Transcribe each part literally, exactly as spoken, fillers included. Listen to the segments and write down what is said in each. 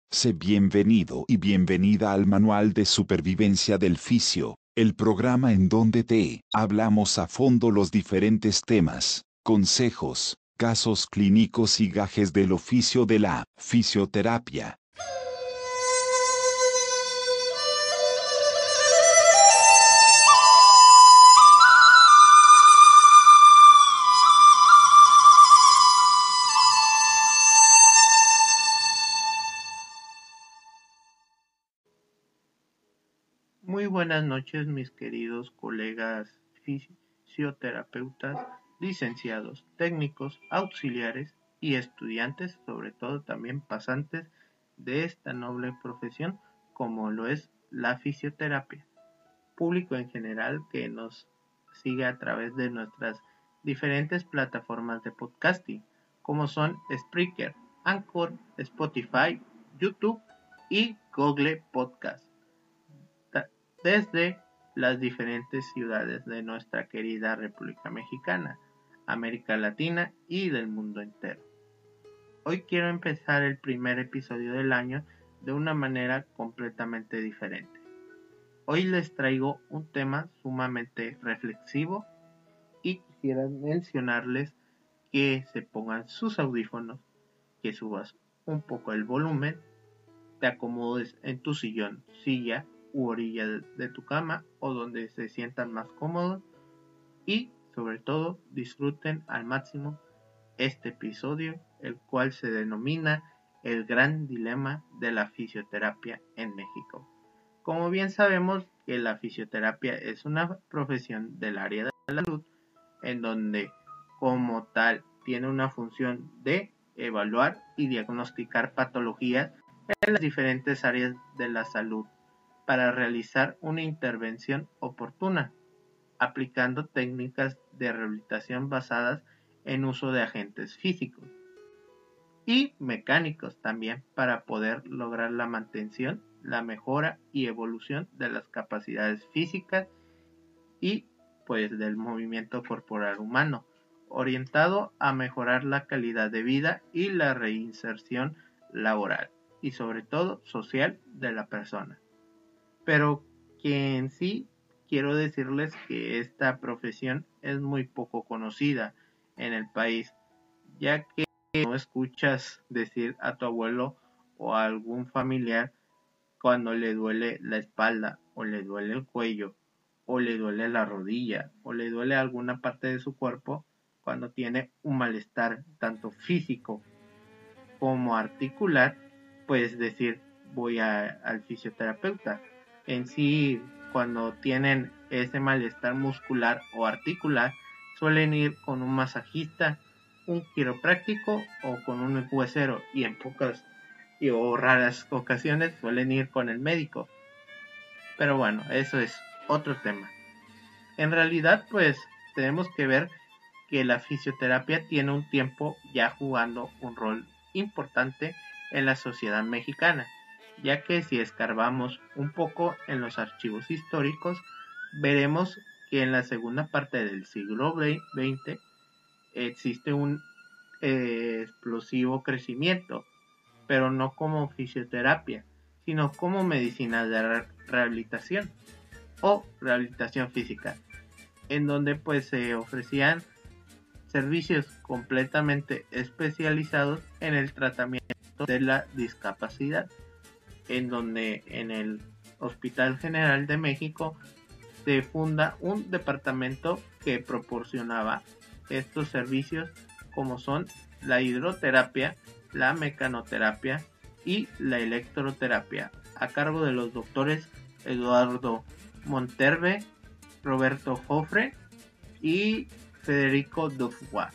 Sé bienvenido y bienvenida al Manual de Supervivencia del Fisio, el programa en donde te hablamos a fondo los diferentes temas, consejos, casos clínicos y gajes del oficio de la fisioterapia. Muy buenas noches, mis queridos colegas fisioterapeutas, licenciados, técnicos, auxiliares y estudiantes, sobre todo también pasantes de esta noble profesión como lo es la fisioterapia. Público en general que nos sigue a través de nuestras diferentes plataformas de podcasting, como son Spreaker, Anchor, Spotify, YouTube y Google Podcast, desde las diferentes ciudades de nuestra querida República Mexicana, América Latina y del mundo entero. Hoy quiero empezar el primer episodio del año de una manera completamente diferente. Hoy les traigo un tema sumamente reflexivo y quisiera mencionarles que se pongan sus audífonos, que subas un poco el volumen, te acomodes en tu sillón, silla u orilla de tu cama o donde se sientan más cómodos y sobre todo disfruten al máximo este episodio, el cual se denomina el gran dilema de la fisioterapia en México. Como bien sabemos que la fisioterapia es una profesión del área de la salud en donde como tal tiene una función de evaluar y diagnosticar patologías en las diferentes áreas de la salud para realizar una intervención oportuna, aplicando técnicas de rehabilitación basadas en uso de agentes físicos y mecánicos también para poder lograr la mantención, la mejora y evolución de las capacidades físicas y pues del movimiento corporal humano, orientado a mejorar la calidad de vida y la reinserción laboral y sobre todo social de la persona. Pero que en sí quiero decirles que esta profesión es muy poco conocida en el país, ya que no escuchas decir a tu abuelo o a algún familiar cuando le duele la espalda o le duele el cuello o le duele la rodilla o le duele alguna parte de su cuerpo cuando tiene un malestar tanto físico como articular, pues decir voy a, al fisioterapeuta. En sí, cuando tienen ese malestar muscular o articular, suelen ir con un masajista, un quiropráctico o con un huesero, y en pocas y, o raras ocasiones suelen ir con el médico. Pero bueno, eso es otro tema. En realidad, pues tenemos que ver que la fisioterapia tiene un tiempo ya jugando un rol importante en la sociedad mexicana, ya que si escarbamos un poco en los archivos históricos, veremos que en la segunda parte del siglo veinte existe un eh, explosivo crecimiento, pero no como fisioterapia, sino como medicina de re- rehabilitación o rehabilitación física, en donde pues se ofrecían servicios completamente especializados en el tratamiento de la discapacidad, en donde en el Hospital General de México se funda un departamento que proporcionaba estos servicios como son la hidroterapia, la mecanoterapia y la electroterapia, a cargo de los doctores Eduardo Monterve, Roberto Jofre y Federico Dufour.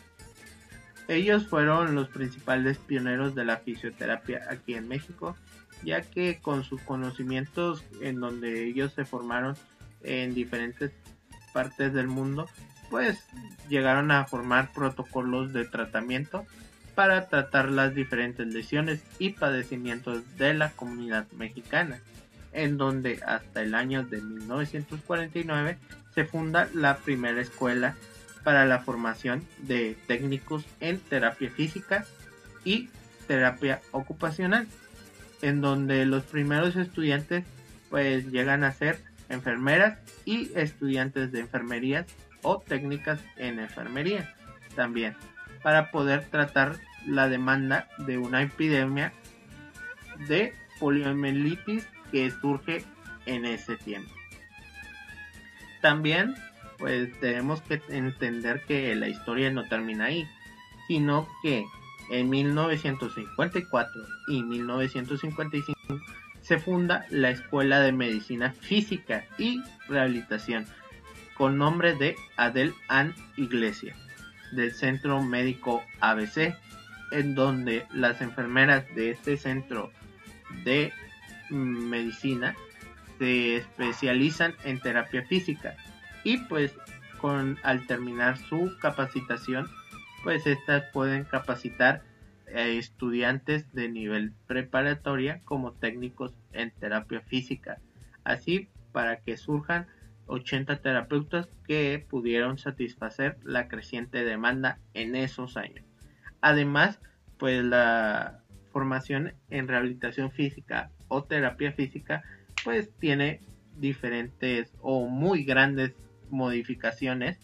Ellos fueron los principales pioneros de la fisioterapia aquí en México, ya que con sus conocimientos en donde ellos se formaron en diferentes partes del mundo, pues llegaron a formar protocolos de tratamiento para tratar las diferentes lesiones y padecimientos de la comunidad mexicana, en donde hasta el año de mil novecientos cuarenta y nueve se funda la primera escuela para la formación de técnicos en terapia física y terapia ocupacional. en donde los primeros estudiantes pues llegan a ser enfermeras y estudiantes de enfermería o técnicas en enfermería también, para poder tratar la demanda de una epidemia de poliomielitis que surge en ese tiempo. También pues tenemos que entender que la historia no termina ahí, sino que en mil novecientos cincuenta y cuatro y mil novecientos cincuenta y cinco se funda la Escuela de Medicina Física y Rehabilitación con nombre de Adele Ann Iglesias del Centro Médico A B C, en donde las enfermeras de este centro de medicina se especializan en terapia física y pues con al terminar su capacitación pues estas pueden capacitar a estudiantes de nivel preparatoria como técnicos en terapia física, así para que surjan ochenta terapeutas que pudieron satisfacer la creciente demanda en esos años. Además, pues la formación en rehabilitación física o terapia física pues tiene diferentes o muy grandes modificaciones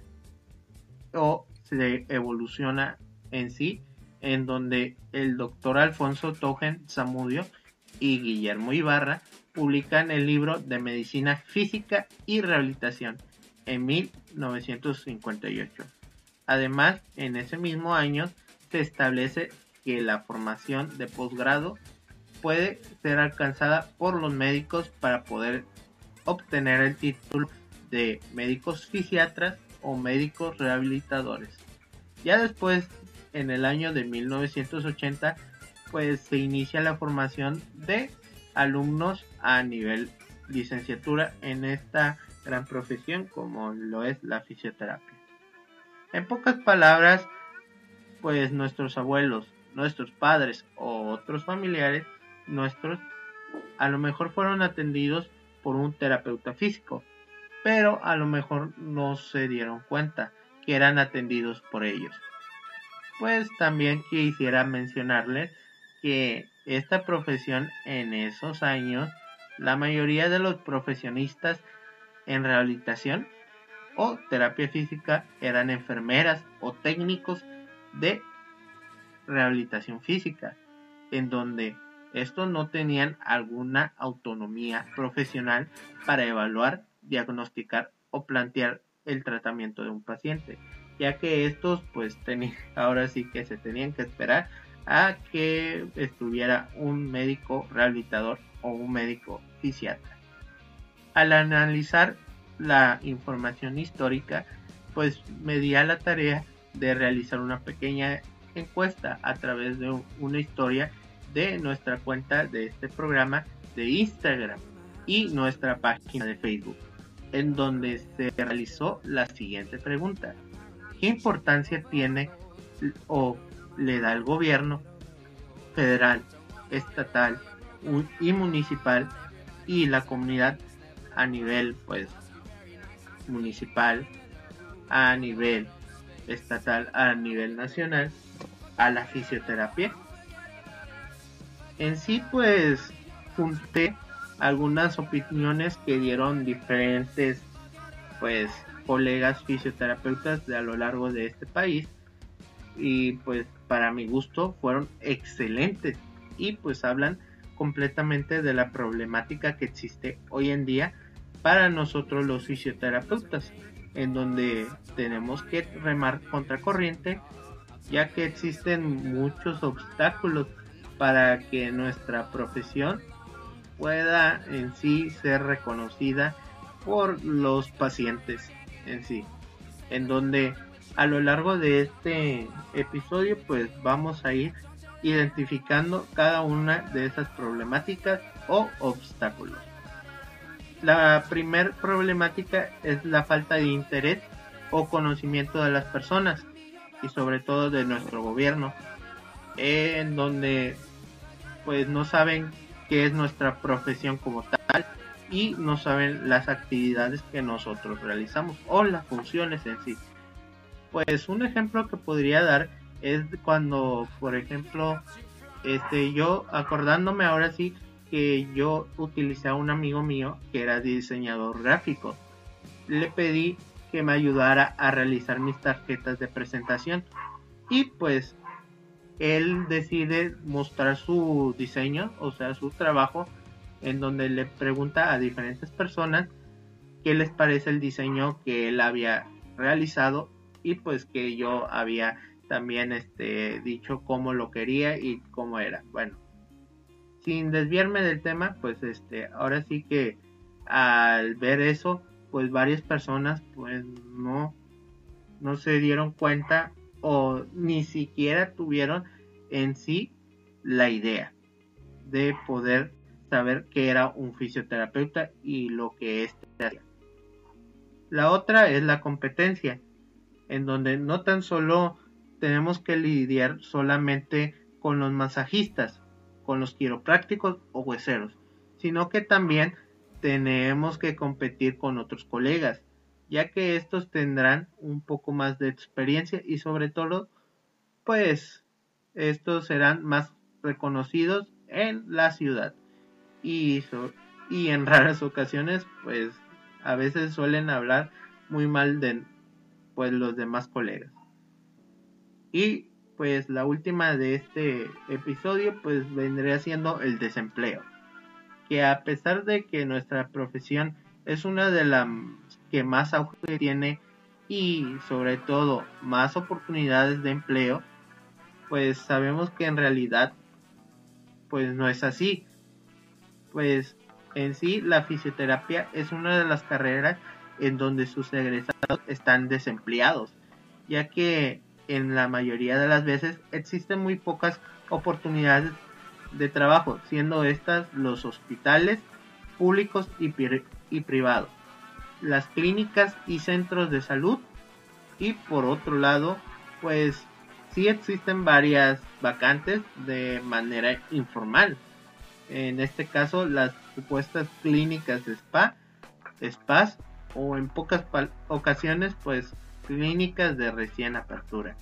o se evoluciona en sí, en donde el doctor Alfonso Togen Zamudio y Guillermo Ibarra publican el libro de Medicina Física y Rehabilitación en mil novecientos cincuenta y ocho. Además, en ese mismo año se establece que la formación de posgrado puede ser alcanzada por los médicos para poder obtener el título de médicos fisiatras o médicos rehabilitadores. Ya después, en el año de mil novecientos ochenta, pues se inicia la formación de alumnos a nivel licenciatura en esta gran profesión como lo es la fisioterapia. En pocas palabras, pues nuestros abuelos, nuestros padres o otros familiares nuestros a lo mejor fueron atendidos por un terapeuta físico, pero a lo mejor no se dieron cuenta que eran atendidos por ellos. Pues también quisiera mencionarles que esta profesión en esos años, la mayoría de los profesionistas en rehabilitación o terapia física eran enfermeras o técnicos de rehabilitación física, en donde estos no tenían alguna autonomía profesional para evaluar, diagnosticar o plantear el tratamiento de un paciente, ya que estos pues tenían, ahora sí que se tenían que esperar a que estuviera un médico rehabilitador o un médico fisiatra. Al analizar la información histórica, pues me di a la tarea de realizar una pequeña encuesta a través de una historia de nuestra cuenta de este programa de Instagram y nuestra página de Facebook, en donde se realizó la siguiente pregunta: ¿qué importancia tiene o le da el gobierno federal, estatal y municipal y la comunidad a nivel pues municipal, a nivel estatal, a nivel nacional, a la fisioterapia? En sí pues junté algunas opiniones que dieron diferentes pues colegas fisioterapeutas de a lo largo de este país, y pues para mi gusto fueron excelentes y pues hablan completamente de la problemática que existe hoy en día para nosotros los fisioterapeutas, en donde tenemos que remar contracorriente, ya que existen muchos obstáculos para que nuestra profesión pueda en sí ser reconocida por los pacientes en sí, en donde a lo largo de este episodio pues vamos a ir identificando cada una de esas problemáticas o obstáculos. La primer problemática es la falta de interés o conocimiento de las personas y sobre todo de nuestro gobierno, en donde pues no saben qué es nuestra profesión como tal y no saben las actividades que nosotros realizamos o las funciones en sí. Pues un ejemplo que podría dar es cuando, por ejemplo, este, yo acordándome ahora sí que yo utilicé a un amigo mío que era diseñador gráfico. Le pedí que me ayudara a realizar mis tarjetas de presentación y pues él decide mostrar su diseño, o sea, su trabajo, en donde le pregunta a diferentes personas qué les parece el diseño que él había realizado y pues que yo había también este dicho cómo lo quería y cómo era. Bueno, sin desviarme del tema, pues este ahora sí que al ver eso, pues varias personas pues no no se dieron cuenta o ni siquiera tuvieron en sí la idea de poder saber qué era un fisioterapeuta y lo que éste hacía. La otra es la competencia, en donde no tan solo tenemos que lidiar solamente con los masajistas, con los quiroprácticos o hueseros, sino que también tenemos que competir con otros colegas, ya que estos tendrán un poco más de experiencia y sobre todo, pues, estos serán más reconocidos en la ciudad y, so, y en raras ocasiones, pues, a veces suelen hablar muy mal de pues los demás colegas. Y pues la última de este episodio pues vendría siendo el desempleo, que a pesar de que nuestra profesión es una de las que más auge tiene y sobre todo más oportunidades de empleo, pues sabemos que en realidad pues no es así. Pues en sí la fisioterapia es una de las carreras en donde sus egresados están desempleados, ya que en la mayoría de las veces existen muy pocas oportunidades de trabajo, siendo estas los hospitales públicos y, pri- y privados, las clínicas y centros de salud, y por otro lado, pues sí existen varias vacantes de manera informal. En este caso, las supuestas clínicas de spa, spas o en pocas ocasiones, pues clínicas de recién apertura.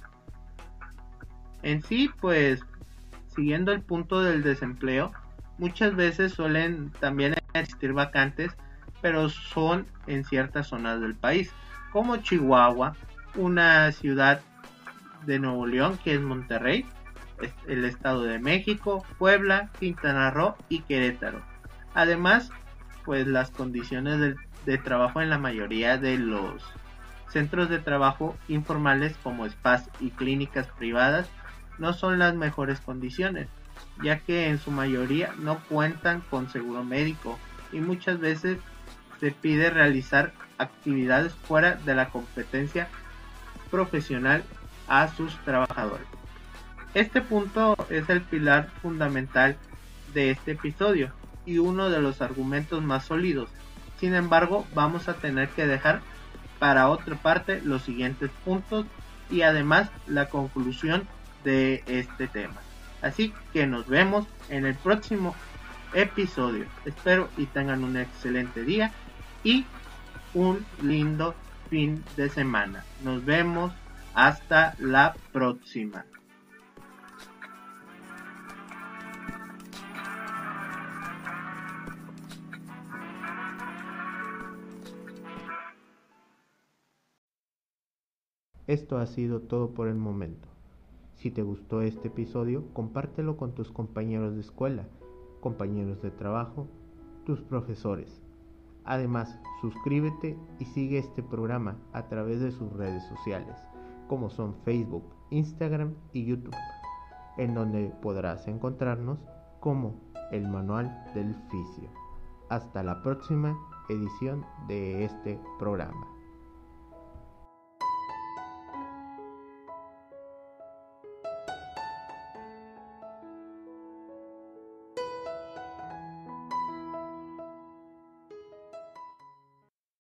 En sí, pues siguiendo el punto del desempleo, muchas veces suelen también existir vacantes, pero son en ciertas zonas del país, como Chihuahua, una ciudad de Nuevo León que es Monterrey, el Estado de México, Puebla, Quintana Roo y Querétaro. Además, pues las condiciones de, de trabajo en la mayoría de los centros de trabajo informales como spas y clínicas privadas no son las mejores condiciones, ya que en su mayoría no cuentan con seguro médico y muchas veces se pide realizar actividades fuera de la competencia profesional a sus trabajadores. Este punto es el pilar fundamental de este episodio y uno de los argumentos más sólidos. Sin embargo, vamos a tener que dejar para otra parte los siguientes puntos y además la conclusión de este tema. Así que nos vemos en el próximo episodio. Espero y tengan un excelente día y un lindo fin de semana. Nos vemos hasta la próxima. Esto ha sido todo por el momento. Si te gustó este episodio, compártelo con tus compañeros de escuela, compañeros de trabajo, tus profesores. Además, suscríbete y sigue este programa a través de sus redes sociales, como son Facebook, Instagram y YouTube, en donde podrás encontrarnos como el Manual del Fisio. Hasta la próxima edición de este programa.